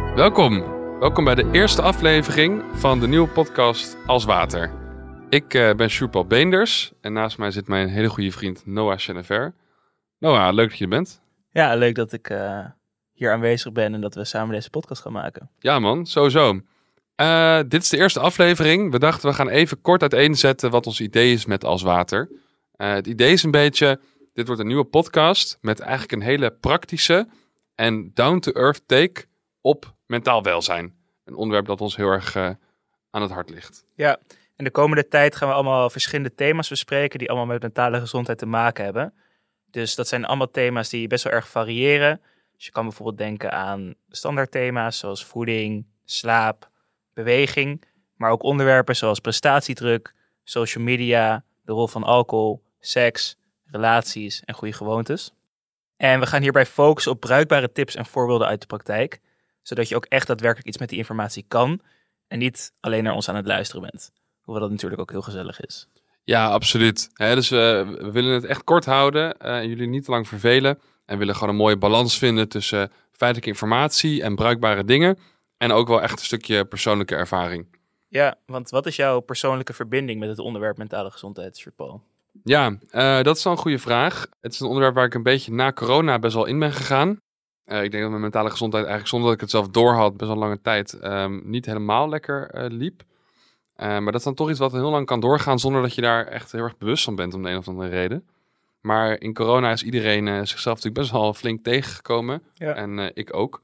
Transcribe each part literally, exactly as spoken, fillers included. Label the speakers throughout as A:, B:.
A: Welkom. Welkom bij de eerste aflevering van de nieuwe podcast Als Water. Ik uh, ben Sjoerd-Paul Beenders en naast mij zit mijn hele goede vriend Noah Chenever. Noah, leuk dat je er bent.
B: Ja, leuk dat ik uh, hier aanwezig ben en dat we samen deze podcast gaan maken.
A: Ja man, sowieso. Uh, dit is de eerste aflevering. We dachten we gaan even kort uiteenzetten wat ons idee is met Als Water. Uh, het idee is een beetje, dit wordt een nieuwe podcast met eigenlijk een hele praktische en down-to-earth take op mentaal welzijn. Een onderwerp dat ons heel erg uh, aan het hart ligt.
B: Ja, en de komende tijd gaan we allemaal verschillende thema's bespreken die allemaal met mentale gezondheid te maken hebben. Dus dat zijn allemaal thema's die best wel erg variëren. Dus je kan bijvoorbeeld denken aan standaard thema's zoals voeding, slaap, beweging. Maar ook onderwerpen zoals prestatiedruk, social media, de rol van alcohol, seks, relaties en goede gewoontes. En we gaan hierbij focussen op bruikbare tips en voorbeelden uit de praktijk. Zodat je ook echt daadwerkelijk iets met die informatie kan. En niet alleen naar ons aan het luisteren bent. Hoewel dat natuurlijk ook heel gezellig is.
A: Ja, absoluut. He, dus uh, we willen het echt kort houden. Uh, en jullie niet te lang vervelen. En willen gewoon een mooie balans vinden tussen uh, feitelijke informatie en bruikbare dingen. En ook wel echt een stukje persoonlijke ervaring.
B: Ja, want wat is jouw persoonlijke verbinding met het onderwerp mentale gezondheid, Sjoerd-Paul?
A: Ja, uh, dat is wel een goede vraag. Het is een onderwerp waar ik een beetje na corona best wel in ben gegaan. Uh, ik denk dat mijn mentale gezondheid eigenlijk zonder dat ik het zelf doorhad, best wel lange tijd, um, niet helemaal lekker uh, liep. Uh, maar dat is dan toch iets wat heel lang kan doorgaan zonder dat je daar echt heel erg bewust van bent om de een of andere reden. Maar in corona is iedereen uh, zichzelf natuurlijk best wel flink tegengekomen.
B: Ja.
A: En uh, ik ook.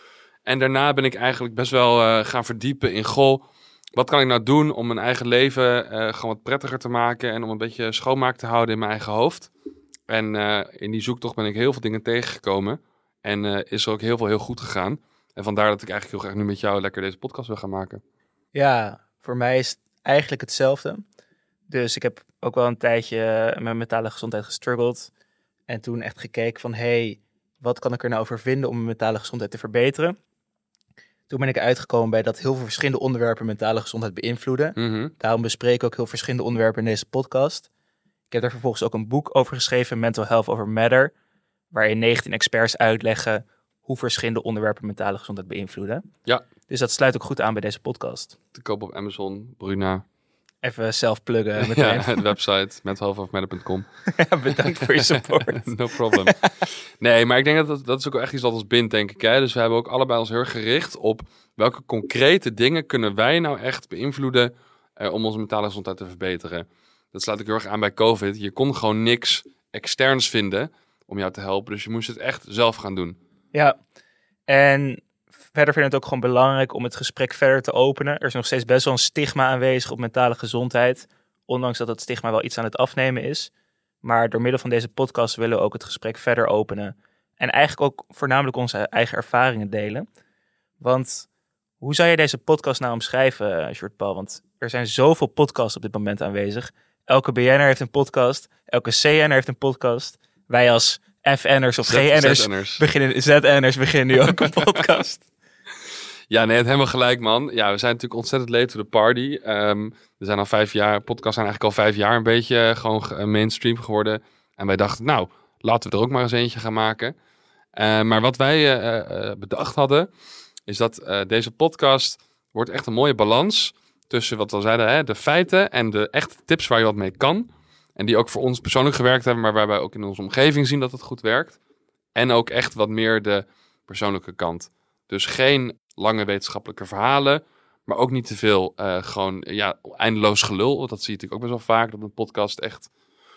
A: En daarna ben ik eigenlijk best wel uh, gaan verdiepen in, goh, wat kan ik nou doen om mijn eigen leven uh, gewoon wat prettiger te maken en om een beetje schoonmaak te houden in mijn eigen hoofd. En uh, in die zoektocht ben ik heel veel dingen tegengekomen. En uh, is er ook heel veel heel goed gegaan. En vandaar dat ik eigenlijk heel graag nu met jou lekker deze podcast wil gaan maken.
B: Ja, voor mij is het eigenlijk hetzelfde. Dus ik heb ook wel een tijdje met mentale gezondheid gestruggeld. En toen echt gekeken van, hey, wat kan ik er nou over vinden om mijn mentale gezondheid te verbeteren? Toen ben ik uitgekomen bij dat heel veel verschillende onderwerpen mentale gezondheid beïnvloeden.
A: Mm-hmm.
B: Daarom bespreek ik ook heel verschillende onderwerpen in deze podcast. Ik heb daar vervolgens ook een boek over geschreven, Mental Health Over Matter, waarin negentien experts uitleggen hoe verschillende onderwerpen mentale gezondheid beïnvloeden.
A: Ja.
B: Dus dat sluit ook goed aan bij deze podcast.
A: Te koop op Amazon, Bruna.
B: Even zelf pluggen.
A: Ja, de website mental health of matter punt com.
B: Ja, bedankt voor je support.
A: No problem. Nee, maar ik denk dat, dat dat is ook echt iets wat ons bindt, denk ik. Hè? Dus we hebben ook allebei ons heel erg gericht op welke concrete dingen kunnen wij nou echt beïnvloeden uh, om onze mentale gezondheid te verbeteren. Dat sluit ik heel erg aan bij COVID. Je kon gewoon niks externs vinden om jou te helpen. Dus je moest het echt zelf gaan doen.
B: Ja, en verder vind ik het ook gewoon belangrijk om het gesprek verder te openen. Er is nog steeds best wel een stigma aanwezig op mentale gezondheid. Ondanks dat het stigma wel iets aan het afnemen is. Maar door middel van deze podcast willen we ook het gesprek verder openen. En eigenlijk ook voornamelijk onze eigen ervaringen delen. Want hoe zou je deze podcast nou omschrijven, Sjoerd-Paul? Want er zijn zoveel podcasts op dit moment aanwezig. Elke B N'er heeft een podcast. Elke C N'er heeft een podcast. Wij als F N'ers of G N'ers beginnen, Z N'ers beginnen nu ook een podcast.
A: Ja, nee, het helemaal gelijk, man. Ja, we zijn natuurlijk ontzettend late to the party. Um, we zijn al vijf jaar, podcasts zijn eigenlijk al vijf jaar een beetje gewoon mainstream geworden. En wij dachten, nou, laten we er ook maar eens eentje gaan maken. Uh, maar wat wij uh, uh, bedacht hadden, is dat uh, deze podcast wordt echt een mooie balans tussen wat we al zeiden, hè, de feiten en de echte tips waar je wat mee kan. En die ook voor ons persoonlijk gewerkt hebben, maar waarbij we ook in onze omgeving zien dat het goed werkt. En ook echt wat meer de persoonlijke kant. Dus geen lange wetenschappelijke verhalen, maar ook niet te veel uh, gewoon ja, eindeloos gelul. Want dat zie je natuurlijk ook best wel vaak, dat een podcast echt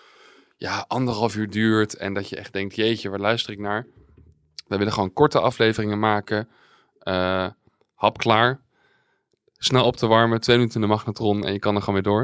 A: ja, anderhalf uur duurt. En dat je echt denkt, jeetje, waar luister ik naar? We willen gewoon korte afleveringen maken. Uh, hap klaar. Snel op te warmen, twee minuten in de magnetron en je kan er gewoon weer door.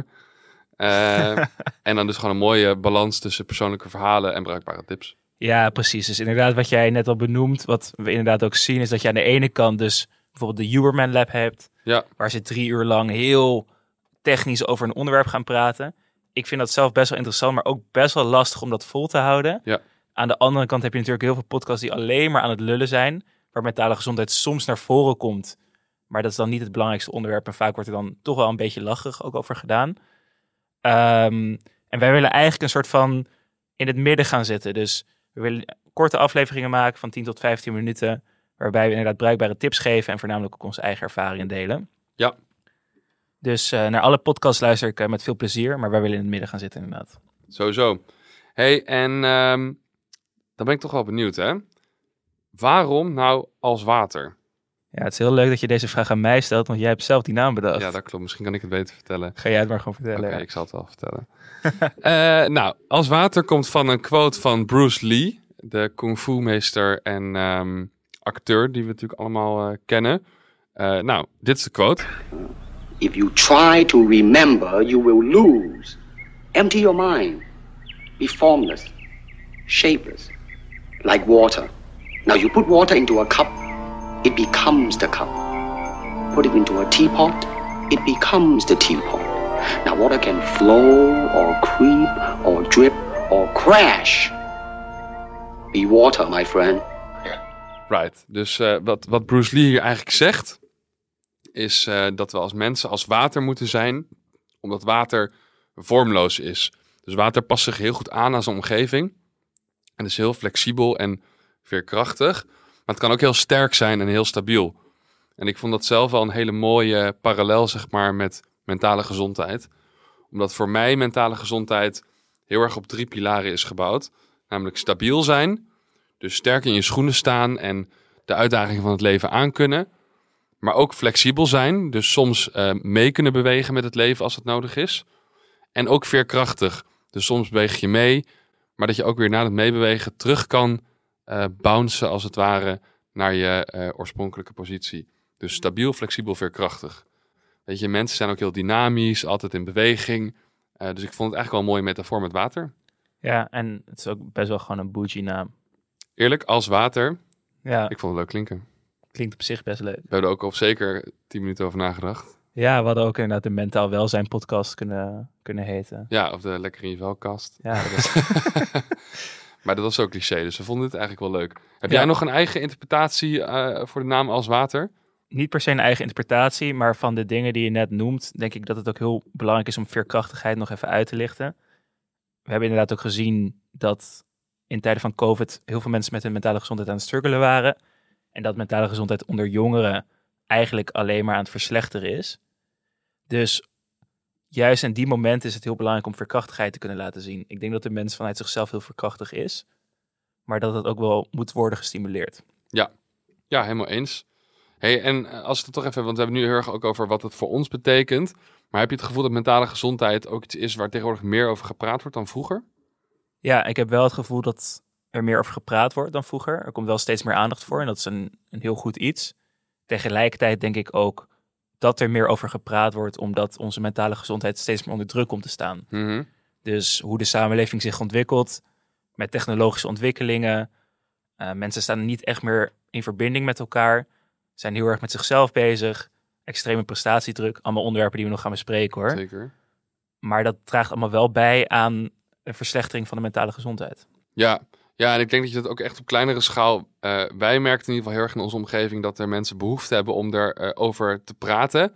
A: Uh, en dan dus gewoon een mooie balans tussen persoonlijke verhalen en bruikbare tips.
B: Ja, precies. Dus inderdaad wat jij net al benoemt, wat we inderdaad ook zien, is dat je aan de ene kant dus bijvoorbeeld de Huberman Lab hebt,
A: ja.
B: waar ze drie uur lang heel technisch over een onderwerp gaan praten. Ik vind dat zelf best wel interessant, maar ook best wel lastig om dat vol te houden.
A: Ja.
B: Aan de andere kant heb je natuurlijk heel veel podcasts die alleen maar aan het lullen zijn, waar mentale gezondheid soms naar voren komt. Maar dat is dan niet het belangrijkste onderwerp en vaak wordt er dan toch wel een beetje lacherig ook over gedaan. Um, en wij willen eigenlijk een soort van in het midden gaan zitten. Dus we willen korte afleveringen maken van tien tot vijftien minuten, Waarbij we inderdaad bruikbare tips geven en voornamelijk ook onze eigen ervaringen delen.
A: Ja.
B: Dus uh, naar alle podcasts luister ik uh, met veel plezier, maar wij willen in het midden gaan zitten inderdaad.
A: Sowieso. Hey, en um, dan ben ik toch wel benieuwd, hè? Waarom nou als water?
B: Ja, het is heel leuk dat je deze vraag aan mij stelt, want jij hebt zelf die naam bedacht.
A: Ja, dat klopt. Misschien kan ik het beter vertellen.
B: Ga jij het maar gewoon vertellen.
A: Oké, okay,
B: ja.
A: ik zal het wel vertellen. uh, nou, als water komt van een quote van Bruce Lee, de kung fu meester en um, acteur die we natuurlijk allemaal uh, kennen. Uh, nou, dit is de quote.
C: If you try to remember, you will lose. Empty your mind. Be formless, shapeless, like water. Now you put water into a cup, it becomes the cup. Put it into a teapot, it becomes the teapot. Now water can flow or creep or drip or crash. Be water, my friend.
A: Right, dus uh, wat, wat Bruce Lee hier eigenlijk zegt, is uh, dat we als mensen als water moeten zijn, omdat water vormloos is. Dus water past zich heel goed aan aan zijn omgeving en is heel flexibel en veerkrachtig. Maar het kan ook heel sterk zijn en heel stabiel. En ik vond dat zelf wel een hele mooie parallel, zeg maar, met mentale gezondheid. Omdat voor mij mentale gezondheid heel erg op drie pilaren is gebouwd. Namelijk stabiel zijn, dus sterk in je schoenen staan en de uitdagingen van het leven aankunnen. Maar ook flexibel zijn, dus soms uh, mee kunnen bewegen met het leven als het nodig is. En ook veerkrachtig, dus soms beweeg je mee, maar dat je ook weer na het meebewegen terug kan uh, bouncen als het ware naar je uh, oorspronkelijke positie. Dus stabiel, flexibel, veerkrachtig. Weet je, mensen zijn ook heel dynamisch, altijd in beweging. Uh, dus ik vond het eigenlijk wel een mooie metafoor met water.
B: Ja, en het is ook best wel gewoon een bougie naam.
A: Eerlijk, als water.
B: Ja.
A: Ik vond het leuk klinken.
B: Klinkt op zich best leuk.
A: We hebben er ook al zeker tien minuten over nagedacht.
B: Ja, we hadden ook inderdaad de Mentaal Welzijn podcast kunnen, kunnen heten.
A: Ja, of de Lekker in je Velkast.
B: Ja, dat is...
A: Maar dat was zo cliché, dus we vonden het eigenlijk wel leuk. Heb
B: Ja.
A: jij nog een eigen interpretatie uh, voor de naam als water?
B: Niet per se een eigen interpretatie, maar van de dingen die je net noemt, denk ik dat het ook heel belangrijk is om veerkrachtigheid nog even uit te lichten. We hebben inderdaad ook gezien dat in tijden van COVID heel veel mensen met hun mentale gezondheid aan het struggelen waren. En dat mentale gezondheid onder jongeren eigenlijk alleen maar aan het verslechteren is. Dus juist in die momenten is het heel belangrijk om veerkrachtigheid te kunnen laten zien. Ik denk dat de mens vanuit zichzelf heel veerkrachtig is, maar dat het ook wel moet worden gestimuleerd.
A: Ja, ja, helemaal eens. Hey, en als we het toch even, want we hebben nu heel erg ook over wat het voor ons betekent. Maar heb je het gevoel dat mentale gezondheid ook iets is waar tegenwoordig meer over gepraat wordt dan vroeger?
B: Ja, ik heb wel het gevoel dat er meer over gepraat wordt dan vroeger. Er komt wel steeds meer aandacht voor en dat is een, een heel goed iets. Tegelijkertijd denk ik ook dat er meer over gepraat wordt, omdat onze mentale gezondheid steeds meer onder druk komt te staan.
A: Mm-hmm.
B: Dus hoe de samenleving zich ontwikkelt, met technologische ontwikkelingen. Uh, mensen staan niet echt meer in verbinding met elkaar, zijn heel erg met zichzelf bezig. Extreme prestatiedruk, allemaal onderwerpen die we nog gaan bespreken hoor.
A: Zeker.
B: Maar dat draagt allemaal wel bij aan een verslechtering van de mentale gezondheid.
A: Ja, ja, en ik denk dat je dat ook echt op kleinere schaal... Uh, wij merkten in ieder geval heel erg in onze omgeving dat er mensen behoefte hebben om erover uh, over te praten.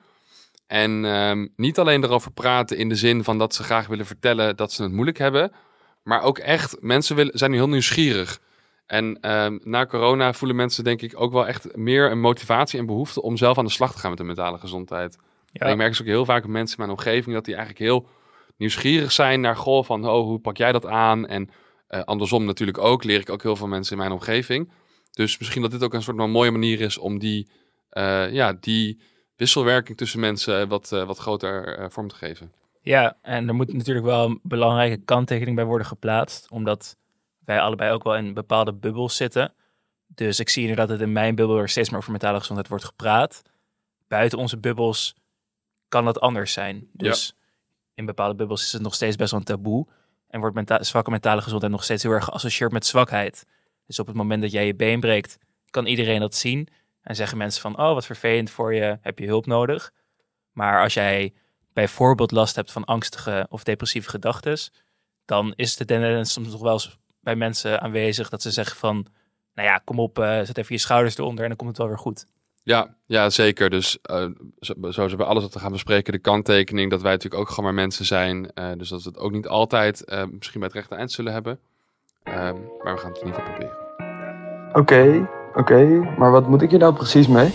A: En um, niet alleen erover praten in de zin van dat ze graag willen vertellen dat ze het moeilijk hebben. Maar ook echt, mensen willen, zijn nu heel nieuwsgierig. En um, na corona voelen mensen denk ik ook wel echt meer een motivatie en behoefte om zelf aan de slag te gaan met de mentale gezondheid. Ja. En ik merk dus ook heel vaak met mensen in mijn omgeving dat die eigenlijk heel nieuwsgierig zijn naar goh van oh, hoe pak jij dat aan? En uh, andersom natuurlijk ook, leer ik ook heel veel mensen in mijn omgeving. Dus misschien dat dit ook een soort van mooie manier is om die, uh, ja, die wisselwerking tussen mensen wat, uh, wat groter uh, vorm te geven.
B: Ja, en er moet natuurlijk wel een belangrijke kanttekening bij worden geplaatst, omdat wij allebei ook wel in bepaalde bubbels zitten. Dus ik zie inderdaad dat in mijn bubbel er steeds meer over mentale gezondheid wordt gepraat. Buiten onze bubbels kan dat anders zijn. Dus ja. In bepaalde bubbels is het nog steeds best wel een taboe. En wordt menta- zwakke mentale gezondheid nog steeds heel erg geassocieerd met zwakheid. Dus op het moment dat jij je been breekt, kan iedereen dat zien. En zeggen mensen van, oh wat vervelend voor je, heb je hulp nodig. Maar als jij bijvoorbeeld last hebt van angstige of depressieve gedachten, dan is de tendens soms nog wel eens bij mensen aanwezig dat ze zeggen van, nou ja, kom op, uh, zet even je schouders eronder en dan komt het wel weer goed.
A: Ja, ja zeker. Dus uh, zo, zoals we bij alles wat we gaan bespreken, de kanttekening dat wij natuurlijk ook gewoon maar mensen zijn. Uh, dus dat we het ook niet altijd uh, misschien bij het rechte eind zullen hebben. Uh, maar we gaan het in ieder geval proberen.
D: Oké, okay, Oké, okay, maar wat moet ik hier nou precies mee?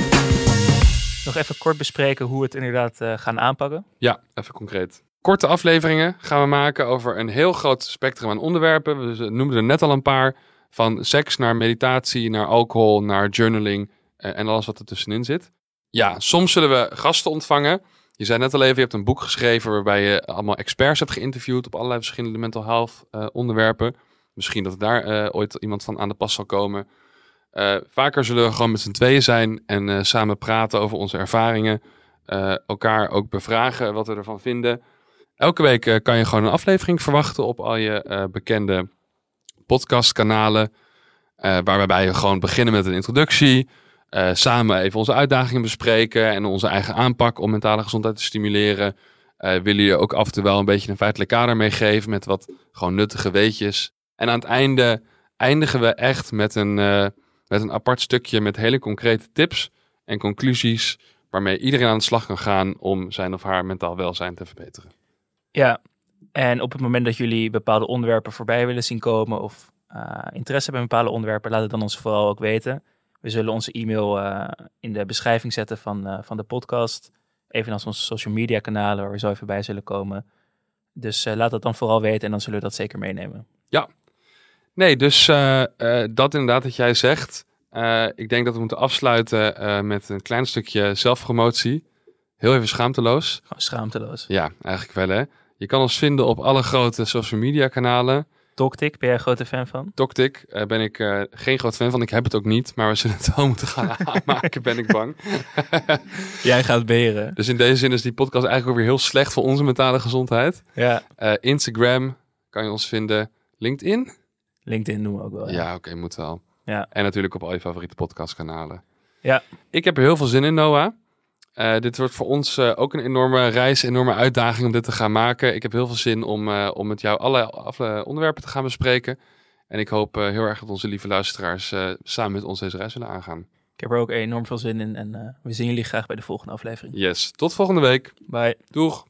B: Nog even kort bespreken hoe we het inderdaad uh, gaan aanpakken.
A: Ja, even concreet. Korte afleveringen gaan we maken over een heel groot spectrum aan onderwerpen. We noemden er net al een paar. Van seks naar meditatie, naar alcohol, naar journaling uh, en alles wat er tussenin zit. Ja, soms zullen we gasten ontvangen. Je zei net al even, je hebt een boek geschreven waarbij je allemaal experts hebt geïnterviewd op allerlei verschillende mental health uh, onderwerpen. Misschien dat daar uh, ooit iemand van aan de pas zal komen. Uh, vaker zullen we gewoon met z'n tweeën zijn en uh, samen praten over onze ervaringen. Uh, elkaar ook bevragen wat we ervan vinden. Elke week uh, kan je gewoon een aflevering verwachten op al je uh, bekende podcastkanalen. Uh, waarbij we gewoon beginnen met een introductie. Uh, samen even onze uitdagingen bespreken en onze eigen aanpak om mentale gezondheid te stimuleren. Uh, willen je ook af en toe wel een beetje een feitelijk kader meegeven met wat gewoon nuttige weetjes. En aan het einde eindigen we echt met een, uh, met een apart stukje met hele concrete tips en conclusies waarmee iedereen aan de slag kan gaan om zijn of haar mentaal welzijn te verbeteren.
B: Ja, en op het moment dat jullie bepaalde onderwerpen voorbij willen zien komen of uh, interesse hebben in bepaalde onderwerpen, laat het dan ons vooral ook weten. We zullen onze e-mail uh, in de beschrijving zetten van, uh, van de podcast. Evenals onze social media kanalen waar we zo even bij zullen komen. Dus uh, laat dat dan vooral weten en dan zullen we dat zeker meenemen.
A: Ja, nee, dus uh, uh, dat inderdaad dat jij zegt. Uh, ik denk dat we moeten afsluiten uh, met een klein stukje zelfpromotie. Heel even schaamteloos.
B: Gewoon schaamteloos.
A: Ja, eigenlijk wel hè. Je kan ons vinden op alle grote social media kanalen.
B: Toktik, ben jij een grote fan van?
A: Toktik uh, ben ik uh, geen groot fan van. Ik heb het ook niet, maar we zullen het wel moeten gaan aanmaken, ben ik bang.
B: Jij gaat beheren.
A: Dus in deze zin is die podcast eigenlijk ook weer heel slecht voor onze mentale gezondheid.
B: Ja.
A: Uh, Instagram kan je ons vinden. LinkedIn?
B: LinkedIn doen we ook wel. Ja,
A: ja oké, okay, moet wel.
B: Ja.
A: En natuurlijk op al je favoriete podcastkanalen.
B: Ja.
A: Ik heb er heel veel zin in, Noah. Uh, dit wordt voor ons uh, ook een enorme reis, een enorme uitdaging om dit te gaan maken. Ik heb heel veel zin om, uh, om met jou alle, alle onderwerpen te gaan bespreken. En ik hoop uh, heel erg dat onze lieve luisteraars uh, samen met ons deze reis zullen aangaan.
B: Ik heb er ook enorm veel zin in en uh, we zien jullie graag bij de volgende aflevering.
A: Yes, tot volgende week.
B: Bye.
A: Doeg.